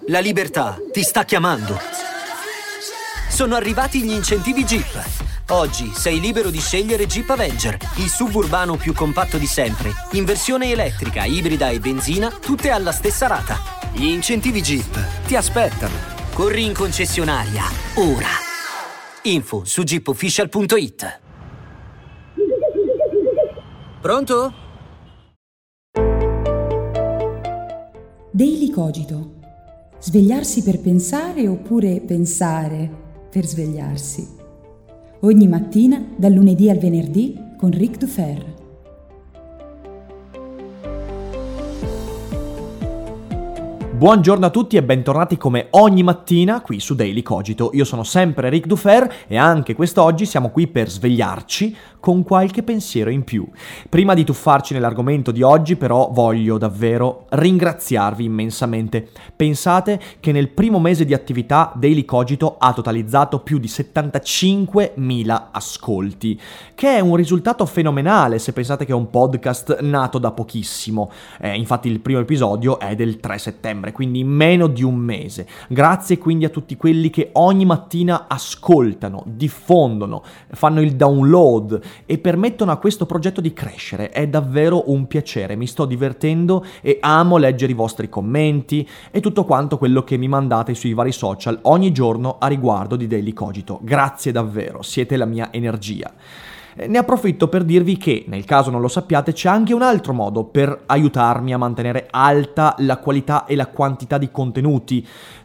La libertà ti sta chiamando. Sono arrivati gli incentivi Jeep. Oggi sei libero di scegliere Jeep Avenger, il SUV urbano più compatto di sempre, in versione elettrica, ibrida e benzina, tutte alla stessa rata. Gli incentivi Jeep ti aspettano. Corri in concessionaria, ora. Info su jeepofficial.it. Pronto? Daily Cogito. Svegliarsi per pensare oppure pensare per svegliarsi. Ogni mattina, dal lunedì al venerdì, con Ric Dufer. Buongiorno a tutti e bentornati come ogni mattina qui su Daily Cogito. Io sono sempre Ric Dufer e anche quest'oggi siamo qui per svegliarci con qualche pensiero in più. Prima di tuffarci nell'argomento di oggi però voglio davvero ringraziarvi immensamente. Pensate che nel primo mese di attività Daily Cogito ha totalizzato più di 75.000 ascolti, che è un risultato fenomenale se pensate che è un podcast nato da pochissimo. Infatti il primo episodio è del 3 settembre, quindi in meno di un mese. Grazie quindi a tutti quelli che ogni mattina ascoltano, diffondono, fanno il download e permettono a questo progetto di crescere. È davvero un piacere, mi sto divertendo e amo leggere i vostri commenti e tutto quanto quello che mi mandate sui vari social ogni giorno a riguardo di Daily Cogito. Grazie davvero, siete la mia energia. Ne approfitto per dirvi che, nel caso non lo sappiate, c'è anche un altro modo per aiutarmi a mantenere alta la qualità e la quantità di contenuti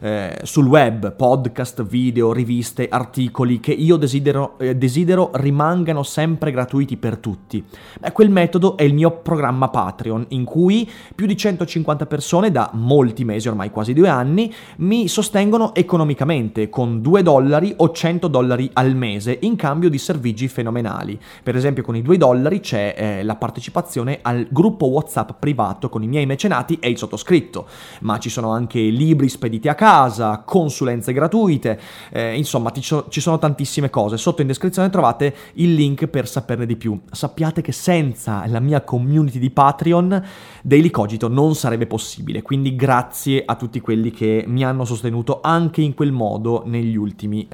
sul web, podcast, video, riviste, articoli che io desidero rimangano sempre gratuiti per tutti. Quel metodo è il mio programma Patreon, in cui più di 150 persone da molti mesi, ormai quasi 2 anni, mi sostengono economicamente con $2 o $100 al mese in cambio di servigi fenomenali. Per esempio con i $2 c'è la partecipazione al gruppo WhatsApp privato con i miei mecenati e il sottoscritto, ma ci sono anche libri spediti a casa, consulenze gratuite, insomma ci sono tantissime cose. Sotto in descrizione trovate il link per saperne di più. Sappiate che senza la mia community di Patreon Daily Cogito non sarebbe possibile, quindi grazie a tutti quelli che mi hanno sostenuto anche in quel modo negli ultimi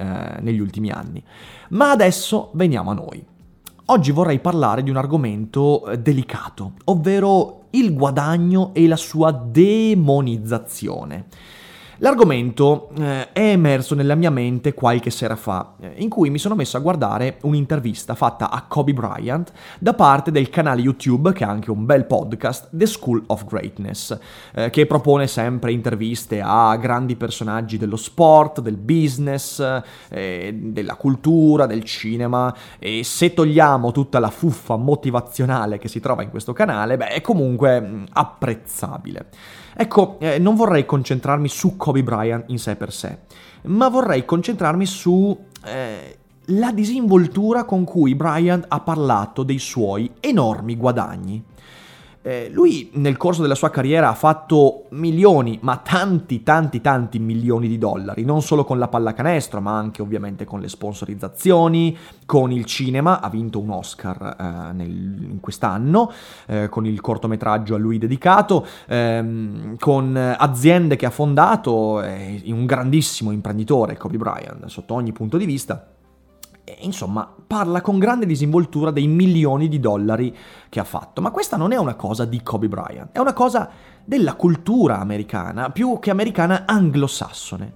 anni. Ma adesso veniamo a noi. Oggi vorrei parlare di un argomento delicato, ovvero il guadagno e la sua demonizzazione. L'argomento è emerso nella mia mente qualche sera fa, in cui mi sono messo a guardare un'intervista fatta a Kobe Bryant da parte del canale YouTube, che ha anche un bel podcast, The School of Greatness, che propone sempre interviste a grandi personaggi dello sport, del business, della cultura, del cinema, e se togliamo tutta la fuffa motivazionale che si trova in questo canale, è comunque apprezzabile. Ecco, non vorrei concentrarmi su Kobe Bryant in sé per sé, ma vorrei concentrarmi su la disinvoltura con cui Bryant ha parlato dei suoi enormi guadagni. Lui nel corso della sua carriera ha fatto milioni, ma tanti milioni di dollari, non solo con la pallacanestro, ma anche ovviamente con le sponsorizzazioni, con il cinema, ha vinto un Oscar in quest'anno, con il cortometraggio a lui dedicato, con aziende che ha fondato, un grandissimo imprenditore Kobe Bryant sotto ogni punto di vista. Insomma, parla con grande disinvoltura dei milioni di dollari che ha fatto. Ma questa non è una cosa di Kobe Bryant, è una cosa della cultura americana, più che americana anglosassone.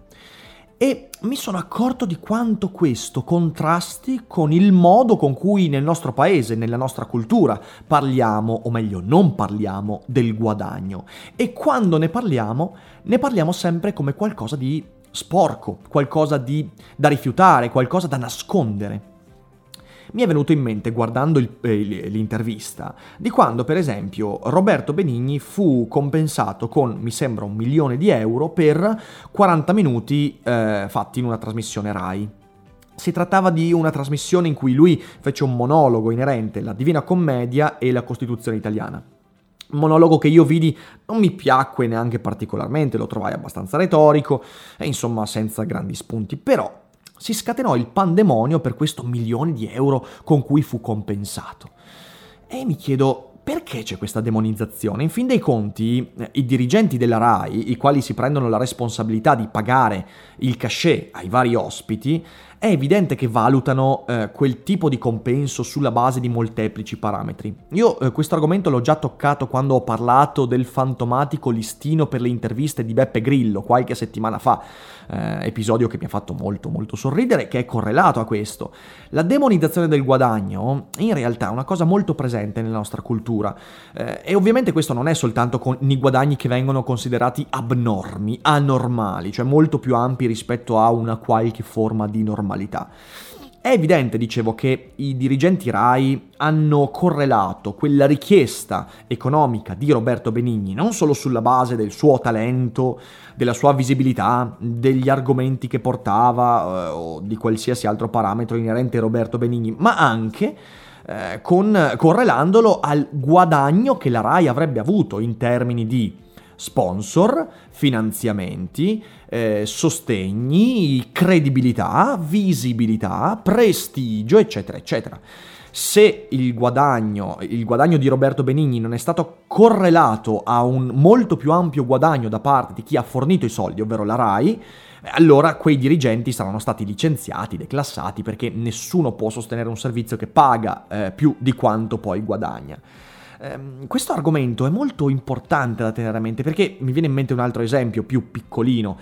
E mi sono accorto di quanto questo contrasti con il modo con cui nel nostro paese, nella nostra cultura, parliamo, o meglio non parliamo, del guadagno. E quando ne parliamo sempre come qualcosa di sporco, qualcosa da rifiutare, qualcosa da nascondere. Mi è venuto in mente, guardando l'intervista, di quando, per esempio, Roberto Benigni fu compensato con, mi sembra, €1 milione per 40 minuti fatti in una trasmissione Rai. Si trattava di una trasmissione in cui lui fece un monologo inerente alla Divina Commedia e la Costituzione italiana. Un monologo che io vidi non mi piacque neanche particolarmente, lo trovai abbastanza retorico e insomma senza grandi spunti, però si scatenò il pandemonio per questo €1 milione con cui fu compensato. E mi chiedo, Perché c'è questa demonizzazione? In fin dei conti, i dirigenti della RAI, i quali si prendono la responsabilità di pagare il cachet ai vari ospiti, è evidente che valutano quel tipo di compenso sulla base di molteplici parametri. Io questo argomento l'ho già toccato quando ho parlato del fantomatico listino per le interviste di Beppe Grillo qualche settimana fa, episodio che mi ha fatto molto molto sorridere, che è correlato a questo. La demonizzazione del guadagno in realtà è una cosa molto presente nella nostra cultura e ovviamente questo non è soltanto con i guadagni che vengono considerati abnormi, anormali, cioè molto più ampi rispetto a una qualche forma di normalità. È evidente, dicevo, che i dirigenti RAI hanno correlato quella richiesta economica di Roberto Benigni non solo sulla base del suo talento, della sua visibilità, degli argomenti che portava o di qualsiasi altro parametro inerente a Roberto Benigni, ma anche correlandolo al guadagno che la RAI avrebbe avuto in termini di sponsor, finanziamenti, sostegni, credibilità, visibilità, prestigio, eccetera, eccetera. Se il guadagno di Roberto Benigni non è stato correlato a un molto più ampio guadagno da parte di chi ha fornito i soldi, ovvero la RAI, allora quei dirigenti saranno stati licenziati, declassati, perché nessuno può sostenere un servizio che paga più di quanto poi guadagna. Questo argomento è molto importante da tenere a mente perché mi viene in mente un altro esempio più piccolino.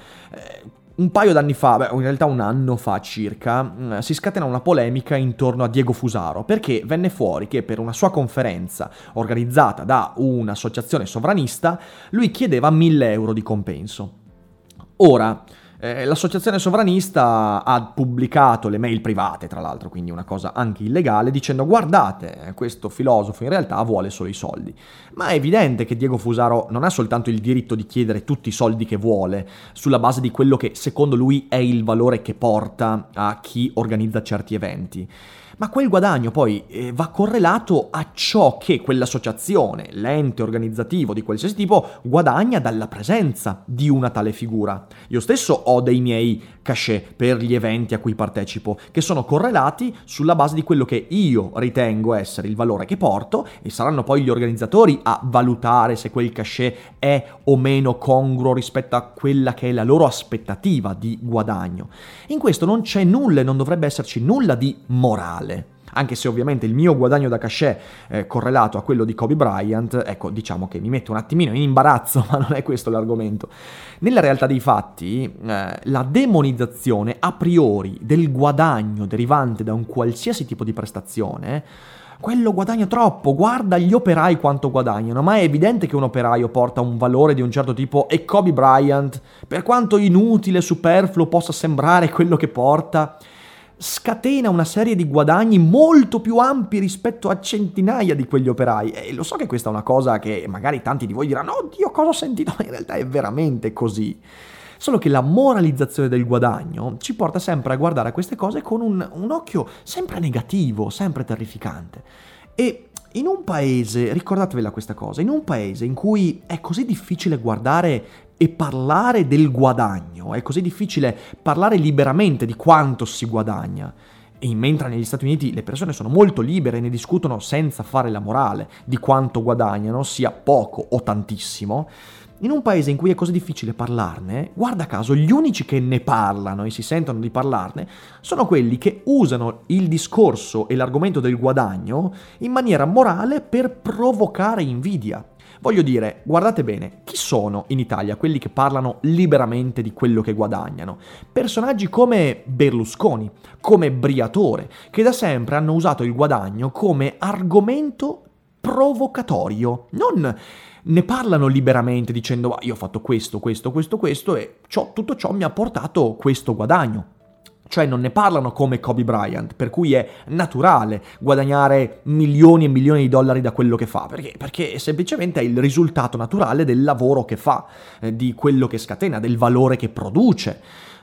Un paio d'anni fa, in realtà un anno fa circa, si scatena una polemica intorno a Diego Fusaro perché venne fuori che per una sua conferenza organizzata da un'associazione sovranista lui chiedeva 1.000 euro di compenso. Ora, l'associazione sovranista ha pubblicato le mail private, tra l'altro, quindi una cosa anche illegale, dicendo guardate, questo filosofo in realtà vuole solo i soldi. Ma è evidente che Diego Fusaro non ha soltanto il diritto di chiedere tutti i soldi che vuole, sulla base di quello che secondo lui è il valore che porta a chi organizza certi eventi. Ma quel guadagno poi va correlato a ciò che quell'associazione, l'ente organizzativo di qualsiasi tipo, guadagna dalla presenza di una tale figura. Io stesso ho dei miei cachet per gli eventi a cui partecipo, che sono correlati sulla base di quello che io ritengo essere il valore che porto, e saranno poi gli organizzatori a valutare se quel cachet è o meno congruo rispetto a quella che è la loro aspettativa di guadagno. In questo non c'è nulla e non dovrebbe esserci nulla di morale. Anche se ovviamente il mio guadagno da cachet è correlato a quello di Kobe Bryant, ecco, diciamo che mi mette un attimino in imbarazzo, ma non è questo l'argomento. Nella realtà dei fatti, la demonizzazione a priori del guadagno derivante da un qualsiasi tipo di prestazione, quello guadagna troppo, guarda gli operai quanto guadagnano, ma è evidente che un operaio porta un valore di un certo tipo e Kobe Bryant, per quanto inutile, superfluo possa sembrare quello che porta, scatena una serie di guadagni molto più ampi rispetto a centinaia di quegli operai. E lo so che questa è una cosa che magari tanti di voi diranno oddio, cosa ho sentito? Ma in realtà è veramente così. Solo che la moralizzazione del guadagno ci porta sempre a guardare a queste cose con un occhio sempre negativo, sempre terrificante. E in un paese, ricordatevela questa cosa, in un paese in cui è così difficile guardare e parlare del guadagno, è così difficile parlare liberamente di quanto si guadagna, e mentre negli Stati Uniti le persone sono molto libere e ne discutono senza fare la morale di quanto guadagnano, sia poco o tantissimo, in un paese in cui è così difficile parlarne, guarda caso, gli unici che ne parlano e si sentono di parlarne sono quelli che usano il discorso e l'argomento del guadagno in maniera morale per provocare invidia. Voglio dire, guardate bene, chi sono in Italia quelli che parlano liberamente di quello che guadagnano? Personaggi come Berlusconi, come Briatore, che da sempre hanno usato il guadagno come argomento provocatorio. Non ne parlano liberamente dicendo io ho fatto questo e tutto ciò mi ha portato questo guadagno. Cioè non ne parlano come Kobe Bryant, per cui è naturale guadagnare milioni e milioni di dollari da quello che fa, perché semplicemente è il risultato naturale del lavoro che fa, di quello che scatena, del valore che produce.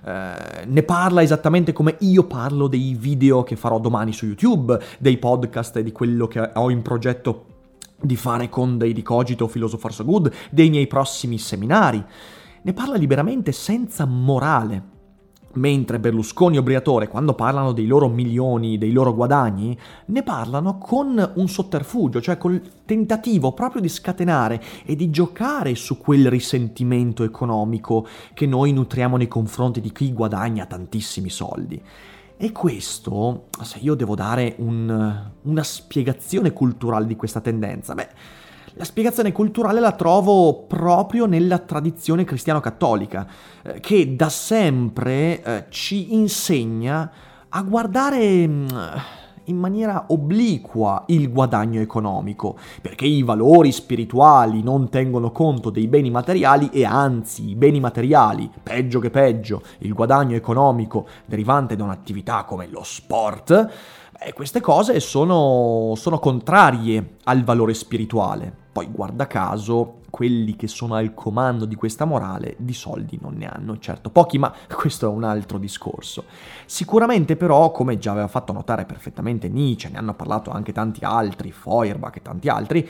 Ne parla esattamente come io parlo dei video che farò domani su YouTube, dei podcast e di quello che ho in progetto di fare con Daily Cogito o Philosopher So Good, dei miei prossimi seminari. Ne parla liberamente senza morale. Mentre Berlusconi o Briatore, quando parlano dei loro milioni, dei loro guadagni, ne parlano con un sotterfugio, cioè col tentativo proprio di scatenare e di giocare su quel risentimento economico che noi nutriamo nei confronti di chi guadagna tantissimi soldi. E questo, se io devo dare una spiegazione culturale di questa tendenza, la spiegazione culturale la trovo proprio nella tradizione cristiano-cattolica, che da sempre ci insegna a guardare in maniera obliqua il guadagno economico, perché i valori spirituali non tengono conto dei beni materiali e anzi i beni materiali, peggio che peggio, il guadagno economico derivante da un'attività come lo sport, queste cose sono contrarie al valore spirituale. Poi, guarda caso, quelli che sono al comando di questa morale di soldi non ne hanno, certo pochi, ma questo è un altro discorso. Sicuramente però, come già aveva fatto notare perfettamente Nietzsche, ne hanno parlato anche tanti altri, Feuerbach e tanti altri,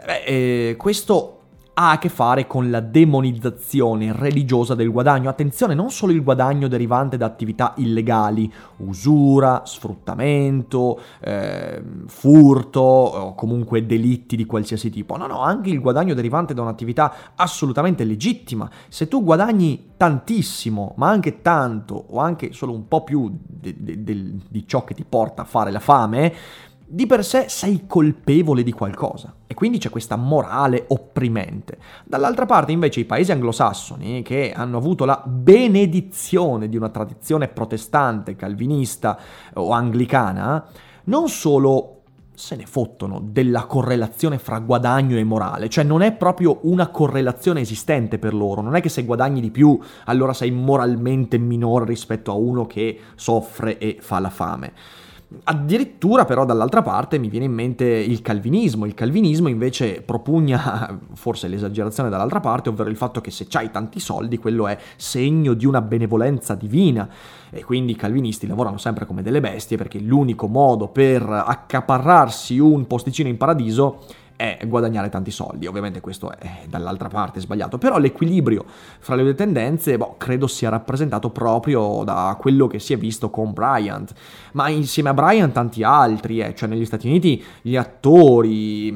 questo ha a che fare con la demonizzazione religiosa del guadagno. Attenzione, non solo il guadagno derivante da attività illegali, usura, sfruttamento, furto o comunque delitti di qualsiasi tipo. No, anche il guadagno derivante da un'attività assolutamente legittima. Se tu guadagni tantissimo, ma anche tanto, o anche solo un po' più di ciò che ti porta a fare la fame, di per sé sei colpevole di qualcosa e quindi c'è questa morale opprimente. Dall'altra parte invece i paesi anglosassoni, che hanno avuto la benedizione di una tradizione protestante, calvinista o anglicana, non solo se ne fottono della correlazione fra guadagno e morale, cioè non è proprio una correlazione esistente per loro, non è che se guadagni di più allora sei moralmente minore rispetto a uno che soffre e fa la fame. Addirittura però dall'altra parte mi viene in mente il calvinismo invece propugna forse l'esagerazione dall'altra parte, ovvero il fatto che se c'hai tanti soldi quello è segno di una benevolenza divina e quindi i calvinisti lavorano sempre come delle bestie perché l'unico modo per accaparrarsi un posticino in paradiso è guadagnare tanti soldi. Ovviamente questo è dall'altra parte sbagliato, però l'equilibrio fra le due tendenze credo sia rappresentato proprio da quello che si è visto con Bryant, ma insieme a Bryant tanti altri, cioè negli Stati Uniti gli attori,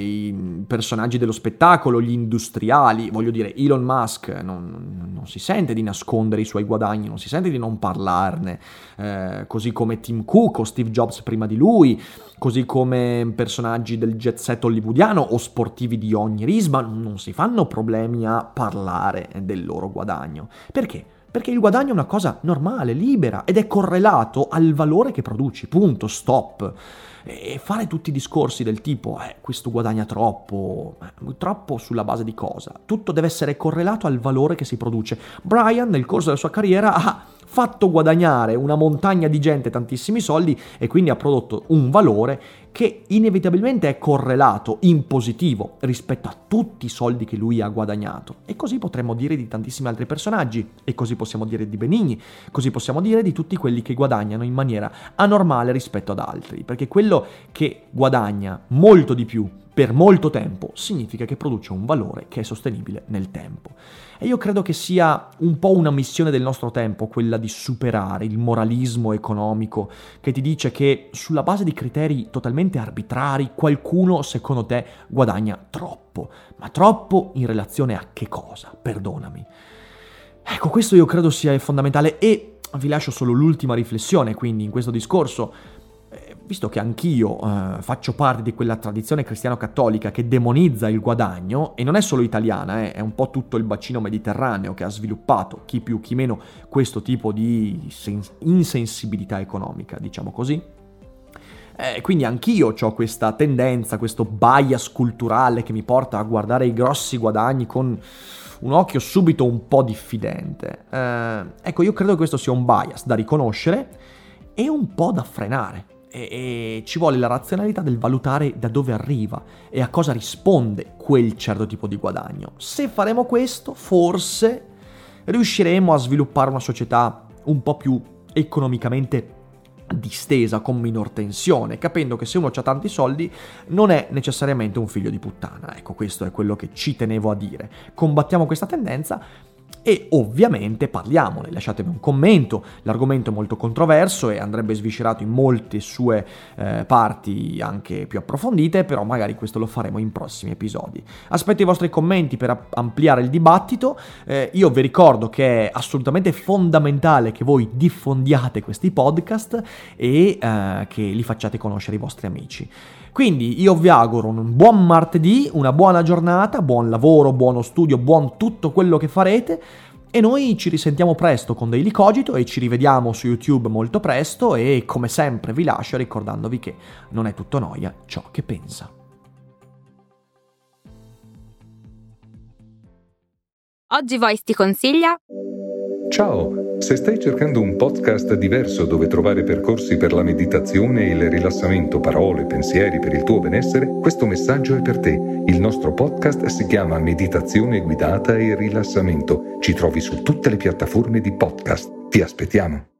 i personaggi dello spettacolo, gli industriali, voglio dire Elon Musk non si sente di nascondere i suoi guadagni, non si sente di non parlarne, così come Tim Cook o Steve Jobs prima di lui, così come personaggi del jet set hollywoodiano o sportivi di ogni risma non si fanno problemi a parlare del loro guadagno. Perché? Perché il guadagno è una cosa normale, libera ed è correlato al valore che produci, punto, stop. E fare tutti i discorsi del tipo questo guadagna troppo sulla base di cosa? Tutto deve essere correlato al valore che si produce. Brian nel corso della sua carriera ha fatto guadagnare una montagna di gente tantissimi soldi e quindi ha prodotto un valore che inevitabilmente è correlato in positivo rispetto a tutti i soldi che lui ha guadagnato. E così potremmo dire di tantissimi altri personaggi, e così possiamo dire di Benigni, così possiamo dire di tutti quelli che guadagnano in maniera anormale rispetto ad altri, perché quello che guadagna molto di più per molto tempo significa che produce un valore che è sostenibile nel tempo. E io credo che sia un po' una missione del nostro tempo quella di superare il moralismo economico che ti dice che sulla base di criteri totalmente arbitrari qualcuno secondo te guadagna troppo. Ma troppo in relazione a che cosa? Perdonami. Ecco, questo io credo sia fondamentale e vi lascio solo l'ultima riflessione quindi in questo discorso. Visto che anch'io faccio parte di quella tradizione cristiano-cattolica che demonizza il guadagno, e non è solo italiana, è un po' tutto il bacino mediterraneo che ha sviluppato, chi più chi meno, questo tipo di insensibilità economica, diciamo così. Quindi anch'io ho questa tendenza, questo bias culturale che mi porta a guardare i grossi guadagni con un occhio subito un po' diffidente. Ecco, io credo che questo sia un bias da riconoscere e un po' da frenare. E ci vuole la razionalità del valutare da dove arriva e a cosa risponde quel certo tipo di guadagno. Se faremo questo, forse riusciremo a sviluppare una società un po' più economicamente distesa, con minor tensione, capendo che se uno ha tanti soldi non è necessariamente un figlio di puttana. Ecco, questo è quello che ci tenevo a dire. Combattiamo questa tendenza e ovviamente parliamone, lasciatemi un commento, l'argomento è molto controverso e andrebbe sviscerato in molte sue parti anche più approfondite, però magari questo lo faremo in prossimi episodi. Aspetto i vostri commenti per ampliare il dibattito, io vi ricordo che è assolutamente fondamentale che voi diffondiate questi podcast e che li facciate conoscere ai vostri amici. Quindi io vi auguro un buon martedì, una buona giornata, buon lavoro, buono studio, buon tutto quello che farete e noi ci risentiamo presto con Daily Cogito e ci rivediamo su YouTube molto presto e come sempre vi lascio ricordandovi che non è tutto noia ciò che pensa. Oggi Voice ti consiglia... Ciao, se stai cercando un podcast diverso dove trovare percorsi per la meditazione e il rilassamento, parole, pensieri per il tuo benessere, questo messaggio è per te. Il nostro podcast si chiama Meditazione guidata e rilassamento. Ci trovi su tutte le piattaforme di podcast. Ti aspettiamo.